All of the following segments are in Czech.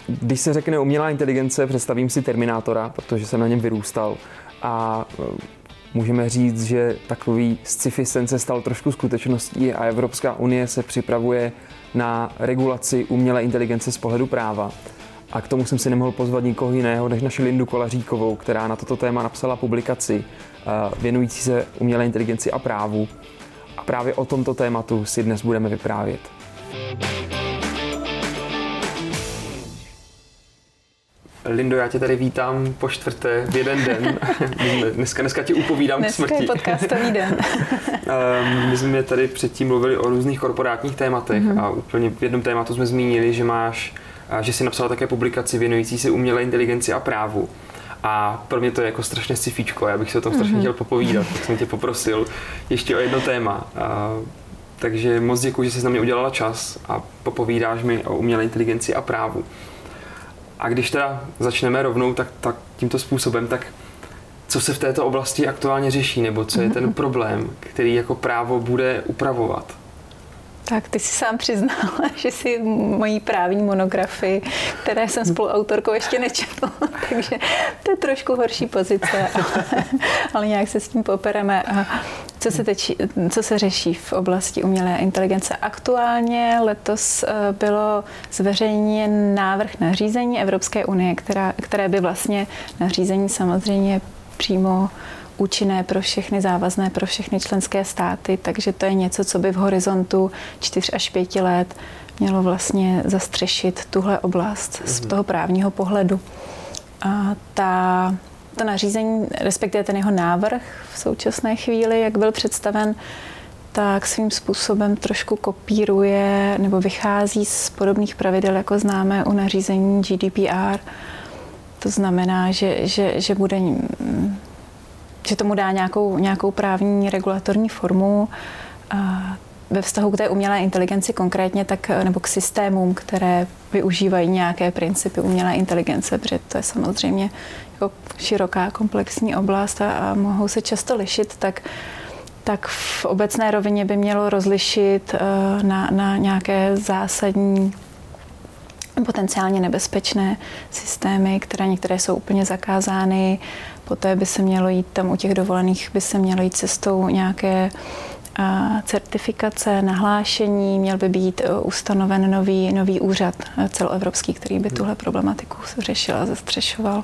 Když se řekne umělá inteligence, představím si Terminátora, protože jsem na něm vyrůstal a můžeme říct, že takový sci-fi sen se stal trošku skutečností a Evropská unie se připravuje na regulaci umělé inteligence z pohledu práva. A k tomu jsem si nemohl pozvat nikoho jiného než naši Lindu Kolaříkovou, která na toto téma napsala publikaci věnující se umělé inteligenci a právu. A právě o tomto tématu si dnes budeme vyprávět. Lindo, já tě tady vítám po čtvrté v jeden den. Dneska ti upovídám k smrti. Dneska je podcastový den. My jsme tady předtím mluvili o různých korporátních tématech a úplně v jednom tématu jsme zmínili, že jsi napsala také publikaci věnující se umělé inteligenci a právu. A pro mě to je jako strašně sci-fíčko, já bych se o tom strašně chtěl popovídat, tak jsem tě poprosil ještě o jedno téma. Takže moc děkuji, že jsi na mě udělala čas a popovídáš mi o umělé inteligenci a právu. A když teda začneme rovnou tak tímto způsobem, tak co se v této oblasti aktuálně řeší, nebo co je ten problém, který jako právo bude upravovat? Tak ty si sám přiznal, že si mojí právní monografii, které jsem spoluautorkou, ještě nečetl, takže to je trošku horší pozice, ale nějak se s tím popereme. Co se řeší v oblasti umělé inteligence? Aktuálně letos bylo zveřejněn návrh nařízení Evropské unie, které by vlastně nařízení samozřejmě přímo účinné pro všechny, závazné pro všechny členské státy, takže to je něco, co by v horizontu 4 až 5 let mělo vlastně zastřešit tuhle oblast z toho právního pohledu. A to nařízení, respektive ten jeho návrh v současné chvíli, jak byl představen, tak svým způsobem trošku kopíruje nebo vychází z podobných pravidel, jako známe u nařízení GDPR. To znamená, že tomu dá nějakou právní regulatorní formu ve vztahu k té umělé inteligenci konkrétně, nebo k systémům, které využívají nějaké principy umělé inteligence, protože to je samozřejmě jako široká komplexní oblast a mohou se často lišit, tak v obecné rovině by mělo rozlišit na nějaké zásadní potenciálně nebezpečné systémy, které některé jsou úplně zakázány. Poté by se mělo jít tam u těch dovolených, by se mělo jít cestou nějaké certifikace, nahlášení, měl by být ustanoven nový úřad celoevropský, který by tuhle problematiku řešil a zastřešoval.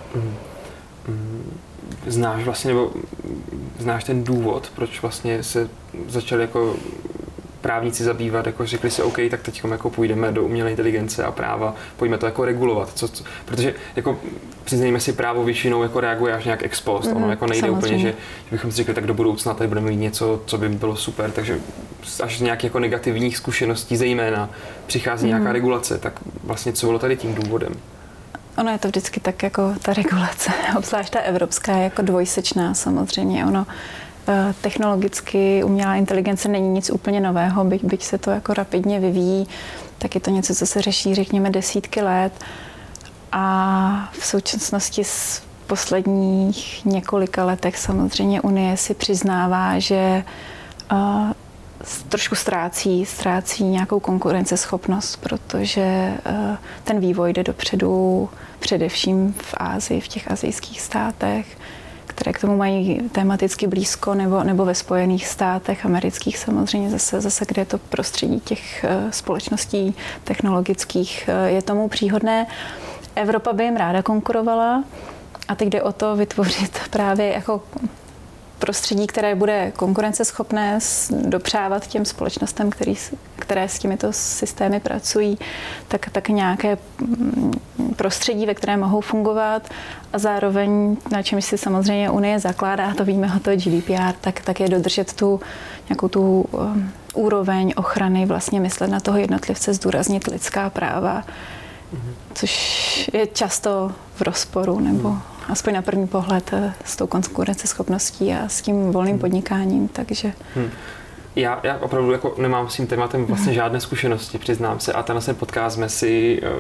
Znáš ten důvod, proč vlastně se začali jako právníci zabývat, jako řekli si OK, tak teď jako půjdeme do umělé inteligence a práva, pojďme to jako regulovat. Protože jako přiznejme si, právo většinou jako reaguje až nějak ex post. Ono jako nejde samozřejmě úplně, že bychom si řekli, tak do budoucna tady budeme mít něco, co by bylo super, takže až z nějakých jako negativních zkušeností zejména přichází nějaká regulace, tak vlastně co bylo tady tím důvodem? Ono je to vždycky tak jako ta regulace, obzvlášť ta evropská, jako dvojsečná samozřejmě. Technologicky umělá inteligence není nic úplně nového, byť se to jako rapidně vyvíjí, tak je to něco, co se řeší, řekněme, desítky let. A v současnosti z posledních několika letech samozřejmě Unie si přiznává, že trošku ztrácí nějakou konkurenceschopnost, protože ten vývoj jde dopředu především v Asii, v těch asijských státech, které k tomu mají tematicky blízko, nebo ve Spojených státech amerických samozřejmě zase, kde je to prostředí těch společností technologických je tomu příhodné. Evropa by jim ráda konkurovala a teď jde o to vytvořit právě jako prostředí, které bude konkurenceschopné, dopřávat těm společnostem, které s těmito systémy pracují, tak nějaké prostředí, ve kterém mohou fungovat a zároveň, na čem si samozřejmě Unie zakládá, to víme o toho GDPR, tak je dodržet nějakou tu úroveň ochrany, vlastně myslet na toho jednotlivce, zdůraznit lidská práva, což je často v rozporu, nebo aspoň na první pohled s tou konkurenceschopností a s tím volným podnikáním, takže... Já opravdu jako nemám s tím tématem vlastně žádné zkušenosti, přiznám se, a tenhle podcast jsme si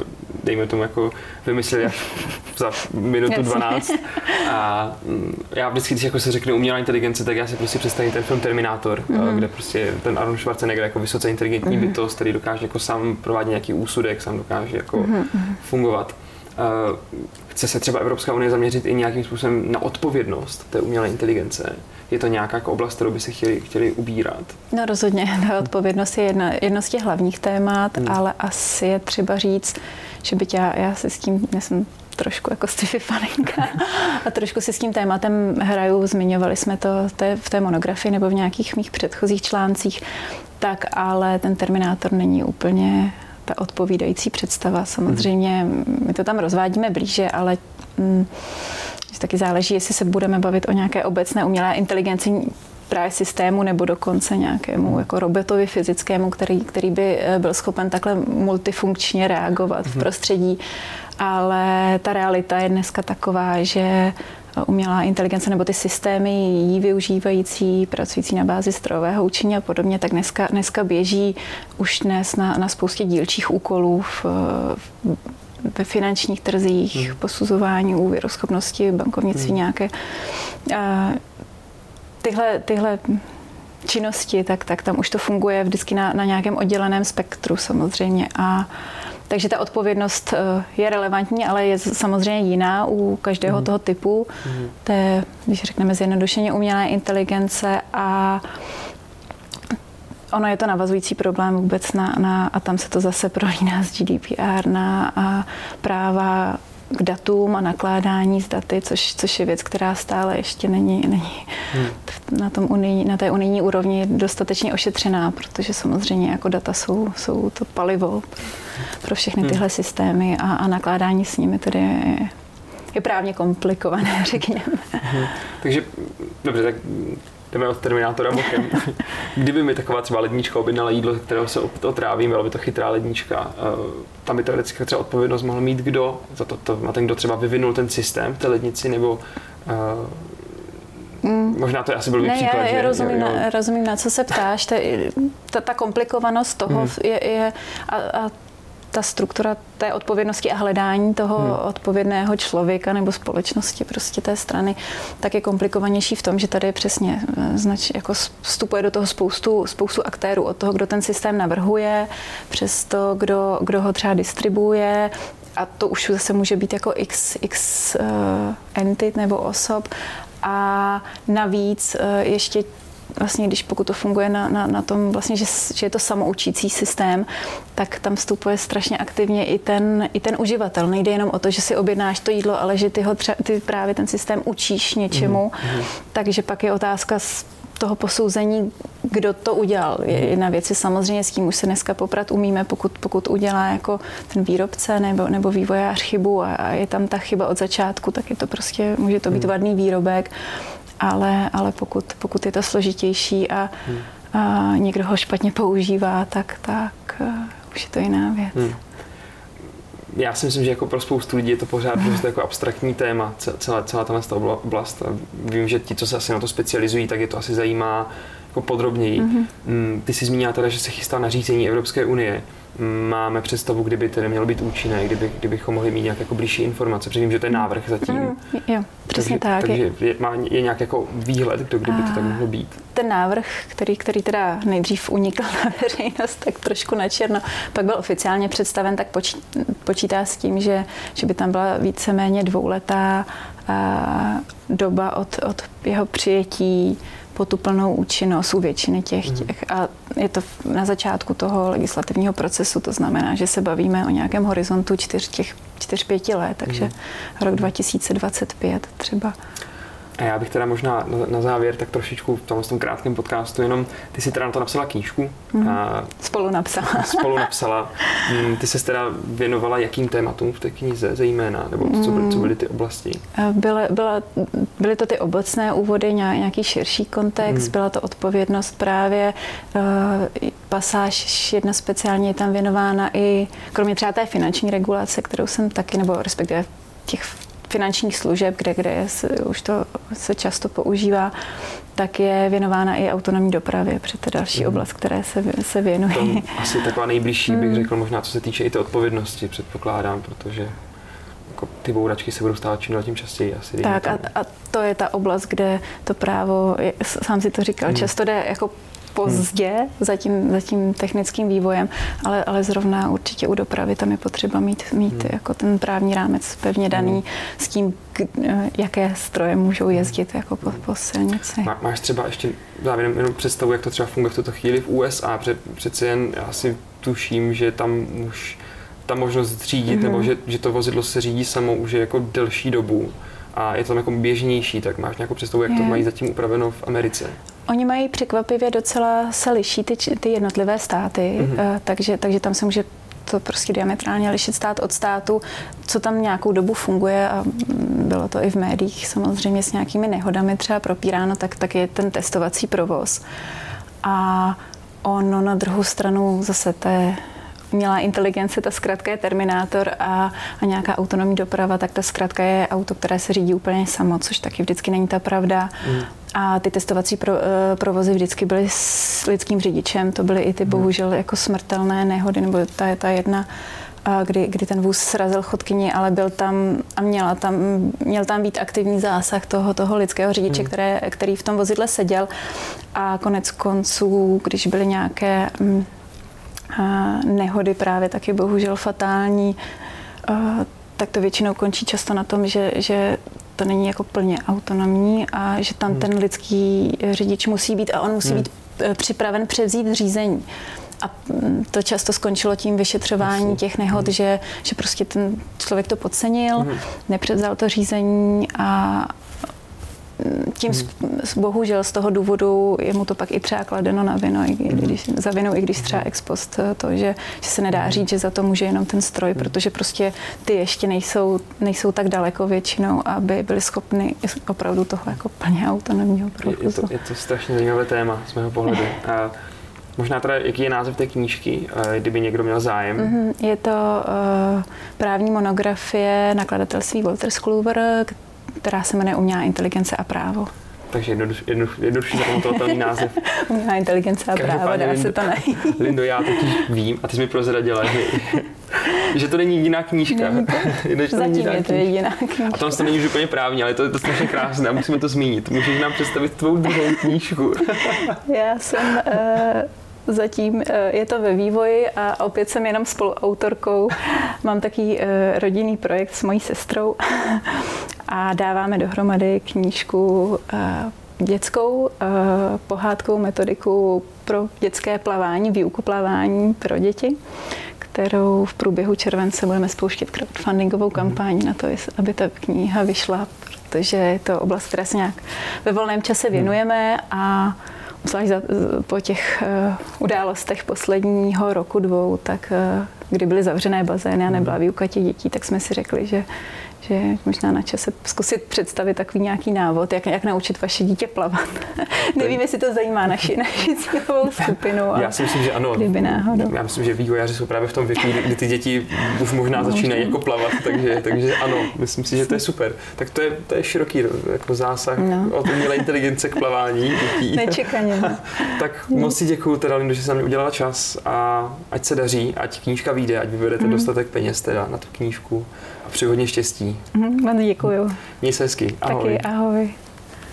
dejme tomu, jako vymysleli až za minutu 12. A já vždycky, když jako se řekne umělá inteligence, tak já si prostě představím ten film Terminátor, kde prostě ten Arnold Schwarzenegger jako vysoce inteligentní bytost, který dokáže jako sám provádět nějaký úsudek, sám dokáže jako fungovat. Chce se třeba Evropská unie zaměřit i nějakým způsobem na odpovědnost té umělé inteligence? Je to nějaká jako oblast, kterou by se chtěli ubírat? No rozhodně, ta odpovědnost je jedno z těch hlavních témat, ale asi je třeba říct, že byť já se s tím, já jsem trošku jako sci-fi faninka a trošku si s tím tématem hraju, zmiňovali jsme to v té monografii nebo v nějakých mých předchozích článcích, tak ale ten Terminátor není úplně ta odpovídající představa. Samozřejmě my to tam rozvádíme blíže, ale taky záleží, jestli se budeme bavit o nějaké obecné umělé inteligenci právě systému nebo dokonce nějakému jako robotovi fyzickému, který by byl schopen takhle multifunkčně reagovat v prostředí. Ale ta realita je dneska taková, že umělá inteligence nebo ty systémy jí využívající, pracující na bázi strojového učení a podobně, tak dneska běží už dnes na spoustě dílčích úkolů ve finančních trzích, posuzování úvěruschopnosti, bankovnictví nějaké. Tyhle činnosti, tak tam už to funguje vždycky na nějakém odděleném spektru samozřejmě. Takže ta odpovědnost je relevantní, ale je samozřejmě jiná u každého toho typu. Té, když řekneme zjednodušeně, umělé inteligence a ono je to navazující problém vůbec a tam se to zase prolíná s GDPR na práva k datům a nakládání s daty, což je věc, která stále ještě není na té unijní úrovni dostatečně ošetřená, protože samozřejmě jako data jsou to palivo pro všechny tyhle systémy a nakládání s nimi tedy je právně komplikované, řekněme. Takže, dobře, tak jdeme od Terminátora bokem. Kdyby mi taková třeba lednička objednala jídlo, kterého se otrávím, byla by to chytrá lednička, tam by teoreticky třeba odpovědnost mohl mít kdo? Za to ten, kdo třeba vyvinul ten systém v té lednici, nebo možná to asi byl příklad. Já rozumím, na co se ptáš. Ta komplikovanost toho je a ta struktura té odpovědnosti a hledání toho odpovědného člověka nebo společnosti, prostě té strany, tak je komplikovanější v tom, že tady je přesně jako vstupuje do toho spoustu aktérů, od toho, kdo ten systém navrhuje, přes to, kdo ho třeba distribuuje, a to už zase může být jako x entit nebo osob. A navíc ještě vlastně, pokud to funguje na tom, vlastně, že je to samoučící systém, tak tam vstupuje strašně aktivně i ten uživatel. Nejde jenom o to, že si objednáš to jídlo, ale že ty právě ten systém učíš něčemu. Takže pak je otázka toho posouzení, kdo to udělal. Jedna věc je samozřejmě, s tím už se dneska poprat umíme, pokud udělá jako ten výrobce nebo vývojář chybu a je tam ta chyba od začátku, tak je to prostě, může to být vadný výrobek, ale pokud je to složitější a někdo ho špatně používá, tak už je to jiná věc. Já si myslím, že jako pro spoustu lidí je to pořád prostě jako abstraktní téma, celá tato oblast. A vím, že ti, co se asi na to specializují, tak je to asi zajímá jako podrobněji. Ty jsi zmínila teda, že se chystá nařízení Evropské unie. Máme představu, kdyby tedy mělo být účinné, kdybychom mohli mít nějak jako blížší informace, protože vím, že to je návrh zatím. Jo, přesně tak. Takže je nějak jako výhled, kdyby to tak mohlo být. Ten návrh, který teda nejdřív unikl na veřejnost, tak trošku načerno, pak byl oficiálně představen, tak počítá s tím, že by tam byla víceméně 2letá doba od jeho přijetí po tu plnou účinnost u většiny těch. A je to na začátku toho legislativního procesu, to znamená, že se bavíme o nějakém horizontu 4-5 let, takže rok 2025 třeba. A já bych teda možná na závěr tak trošičku v tom krátkém podcastu jenom, ty jsi teda na to napsala knížku. Spolu napsala. Ty ses teda věnovala jakým tématům v té knize zejména, nebo co byly ty oblasti? Byly to ty obecné úvody, nějaký širší kontext, byla to odpovědnost právě, pasáž jedna speciálně je tam věnována i, kromě třeba té finanční regulace, kterou jsem taky, nebo respektive těch finančních služeb, kde už to se často používá, tak je věnována i autonomní dopravě, protože to je další oblast, které se věnuje. To asi taková nejbližší, bych řekl, možná co se týče i té odpovědnosti, předpokládám, protože jako ty bouračky se budou stávat čím dál tím častěji. Asi tak a to je ta oblast, kde to právo, sám si to říkal, často jde jako pozdě za tím technickým vývojem, ale zrovna určitě u dopravy tam je potřeba mít jako ten právní rámec pevně daný s tím, jaké stroje můžou jezdit jako po silnici. Máš třeba ještě závěrem jenom představu, jak to třeba funguje v tuto chvíli v USA, přece jen já si tuším, že tam už ta možnost řídit, nebo že to vozidlo se řídí samo už je jako delší dobu a je to tam jako běžnější, tak máš nějakou představu, jak to mají zatím upraveno v Americe? Oni mají překvapivě docela se liší ty jednotlivé státy, takže tam se může to prostě diametrálně lišit stát od státu, co tam nějakou dobu funguje a bylo to i v médiích samozřejmě s nějakými nehodami třeba propíráno, tak je ten testovací provoz. A ono na druhou stranu zase umělá inteligence, ta zkratka je Terminátor a nějaká autonomní doprava, tak ta zkratka je auto, které se řídí úplně samo, což taky vždycky není ta pravda. A ty testovací provozy vždycky byly s lidským řidičem, to byly i ty bohužel jako smrtelné nehody, nebo ta jedna, kdy ten vůz srazil chodkyni, ale byl tam a měl tam být aktivní zásah toho lidského řidiče, který v tom vozidle seděl a konec konců, když byly nějaké nehody právě taky bohužel fatální, tak to většinou končí často na tom, že to není jako plně autonomní a že tam ten lidský řidič musí být a on musí být připraven převzít řízení. A to často skončilo tím vyšetřování těch nehod, že prostě ten člověk to podcenil, nepřevzal to řízení a tím bohužel z toho důvodu je mu to pak i třeba kladeno na vinu, za vinu, i když třeba ex post to, že se nedá říct, že za to může jenom ten stroj, protože prostě ty ještě nejsou tak daleko většinou, aby byli schopni opravdu toho jako plně autonomního provozu. Je to strašně zajímavé téma z mého pohledu. A možná teda, jaký je název té knížky, kdyby někdo měl zájem? Je to právní monografie nakladatelství Wolters Kluwer, která se jmenuje Umělá inteligence a právo. Takže jednodušší zapamatovatelný název. Umělá inteligence a právo, dá se to najít. Lindo, já totiž vím, a ty jsi mi prozradila, že to není jediná knížka. Zatím je to jediná knížka. A to není už úplně právní, ale to je strašně krásné, musíme to zmínit. Můžeš nám představit tvou druhou knížku? Já jsem... Zatím je to ve vývoji a opět jsem jenom spoluautorkou. Mám takový rodinný projekt s mojí sestrou a dáváme dohromady knížku dětskou pohádkovou metodiku pro dětské plavání, výuku plavání pro děti, kterou v průběhu července budeme spouštět crowdfundingovou kampaň na to, aby ta kniha vyšla, protože je to oblast, které se nějak ve volném čase věnujeme a zvlášť po těch událostech posledního roku, dvou, tak kdy byly zavřené bazény a nebyla výuka těch dětí, tak jsme si řekli, že možná na čase zkusit představit takový nějaký návod, jak naučit vaše dítě plavat. Nevím, jestli to zajímá naši cílovou skupinu. Já si myslím, že ano. Kdyby náhodou. Já myslím, že vývojáři jsou právě v tom věku, kdy ty děti už možná začínají jako plavat, takže ano, myslím si, že to je super. Tak to je široký jako zásah od umělé inteligence k plavání dětí. Nečekaně. Tak moc si děkuju teda, Lindo, že jsi na mě udělala čas a ať se daří, ať knížka vyjde, ať vyberete dostatek peněz teda na tu knížku a přeji hodně štěstí. Moc děkuju. Měj se hezky. Ahoj. Taky ahoj.